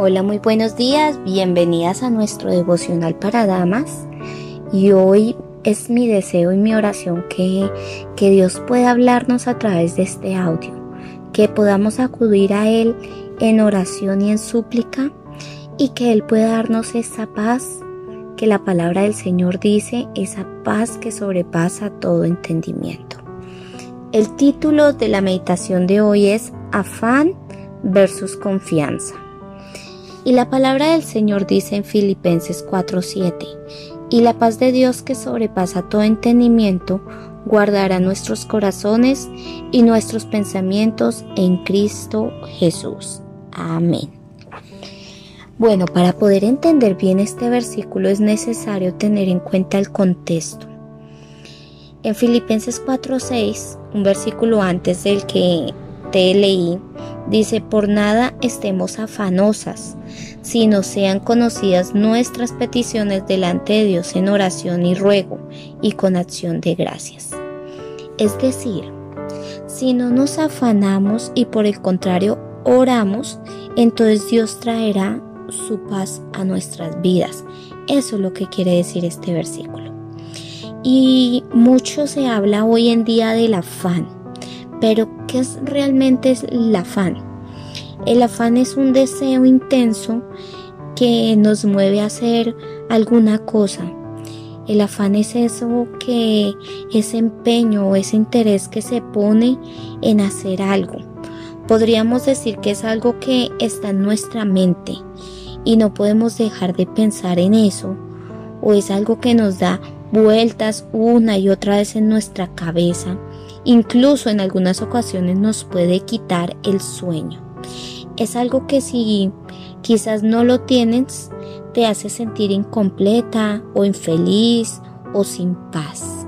Hola, muy buenos días, bienvenidas a nuestro devocional para damas. Y hoy es mi deseo y mi oración que Dios pueda hablarnos a través de este audio, que podamos acudir a Él en oración y en súplica, y que Él pueda darnos esa paz que la palabra del Señor dice, esa paz que sobrepasa todo entendimiento. El título de la meditación de hoy es Afán versus confianza. Y la palabra del Señor dice en Filipenses 4:7, y la paz de Dios que sobrepasa todo entendimiento guardará nuestros corazones y nuestros pensamientos en Cristo Jesús. Amén. Bueno, para poder entender bien este versículo es necesario tener en cuenta el contexto. En Filipenses 4:6, un versículo antes del que te leí, dice: por nada estemos afanosas, sino sean conocidas nuestras peticiones delante de Dios en oración y ruego y con acción de gracias. Es decir, si no nos afanamos y por el contrario oramos, entonces Dios traerá su paz a nuestras vidas. Eso es lo que quiere decir este versículo. Y mucho se habla hoy en día del afán, pero ¿qué realmente es el afán? El afán es un deseo intenso que nos mueve a hacer alguna cosa. El afán es eso, que ese empeño o ese interés que se pone en hacer algo. Podríamos decir que es algo que está en nuestra mente y no podemos dejar de pensar en eso, o es algo que nos da vueltas una y otra vez en nuestra cabeza. Incluso en algunas ocasiones nos puede quitar el sueño. Es algo que si quizás no lo tienes, te hace sentir incompleta o infeliz o sin paz.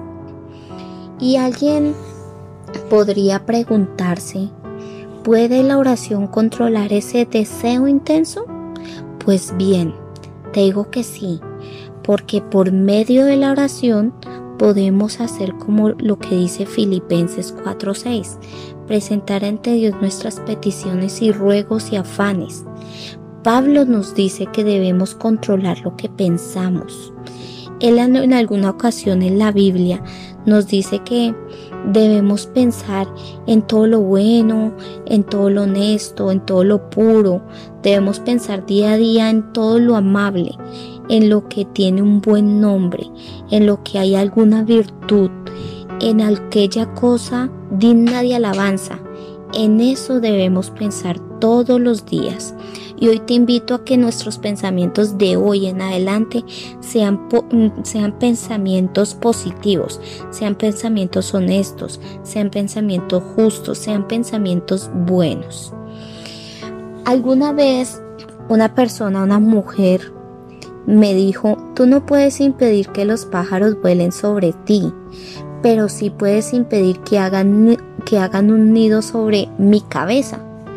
Y alguien podría preguntarse, ¿puede la oración controlar ese deseo intenso? Pues bien, te digo que sí, porque por medio de la oración podemos hacer como lo que dice Filipenses 4:6, presentar ante Dios nuestras peticiones y ruegos y afanes. Pablo nos dice que debemos controlar lo que pensamos. Él en alguna ocasión en la Biblia nos dice que debemos pensar en todo lo bueno, en todo lo honesto, en todo lo puro. Debemos pensar día a día en todo lo amable, en lo que tiene un buen nombre, en lo que hay alguna virtud, en aquella cosa digna de alabanza. En eso debemos pensar todos los días. Y hoy te invito a que nuestros pensamientos de hoy en adelante sean pensamientos positivos, sean pensamientos honestos, sean pensamientos justos, sean pensamientos buenos. Alguna vez una mujer, me dijo: tú no puedes impedir que los pájaros vuelen sobre ti, pero sí puedes impedir que hagan un nido sobre mi cabeza.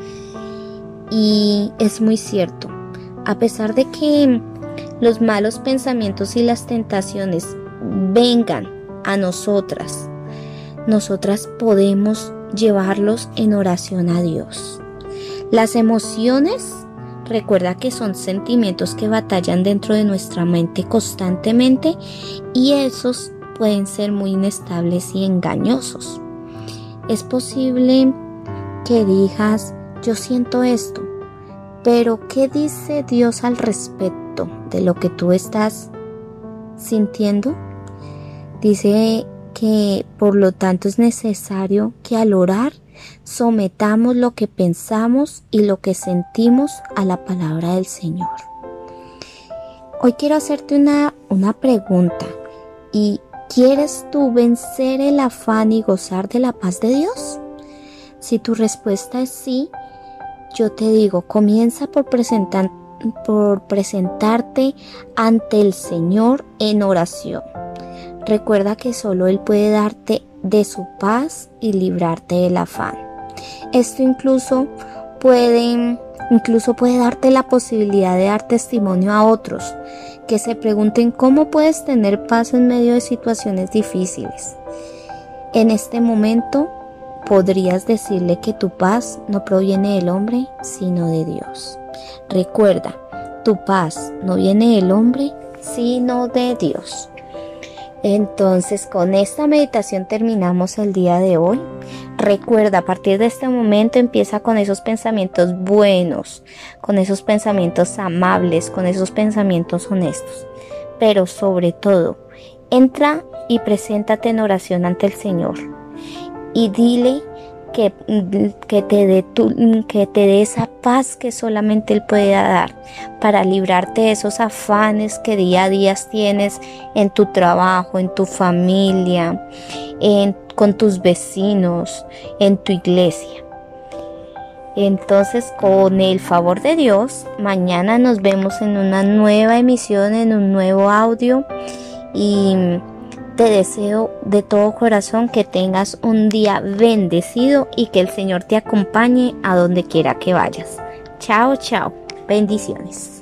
Y es muy cierto. A pesar de que los malos pensamientos y las tentaciones vengan a nosotras podemos llevarlos en oración a Dios. Las emociones, recuerda que son sentimientos que batallan dentro de nuestra mente constantemente, y esos pueden ser muy inestables y engañosos. Es posible que digas: yo siento esto, pero ¿qué dice Dios al respecto de lo que tú estás sintiendo? Dice que por lo tanto es necesario que al orar sometamos lo que pensamos y lo que sentimos a la palabra del Señor. Hoy quiero hacerte una pregunta. ¿Y quieres tú vencer el afán y gozar de la paz de Dios? Si tu respuesta es sí, yo te digo, comienza por presentarte ante el Señor en oración. Recuerda que solo Él puede darte de su paz y librarte del afán. Esto incluso puede darte la posibilidad de dar testimonio a otros que se pregunten cómo puedes tener paz en medio de situaciones difíciles. En este momento podrías decirle que tu paz no proviene del hombre, sino de Dios. Recuerda, tu paz no viene del hombre, sino de Dios. Entonces, con esta meditación terminamos el día de hoy. Recuerda, a partir de este momento empieza con esos pensamientos buenos, con esos pensamientos amables, con esos pensamientos honestos. Pero sobre todo, entra y preséntate en oración ante el Señor y dile que te dé esa paz que solamente Él puede dar para librarte de esos afanes que día a día tienes en tu trabajo, en tu familia, con tus vecinos, en tu iglesia. Entonces, con el favor de Dios, mañana nos vemos en una nueva emisión, en un nuevo audio, y te deseo de todo corazón que tengas un día bendecido y que el Señor te acompañe a donde quiera que vayas. Chao, chao. Bendiciones.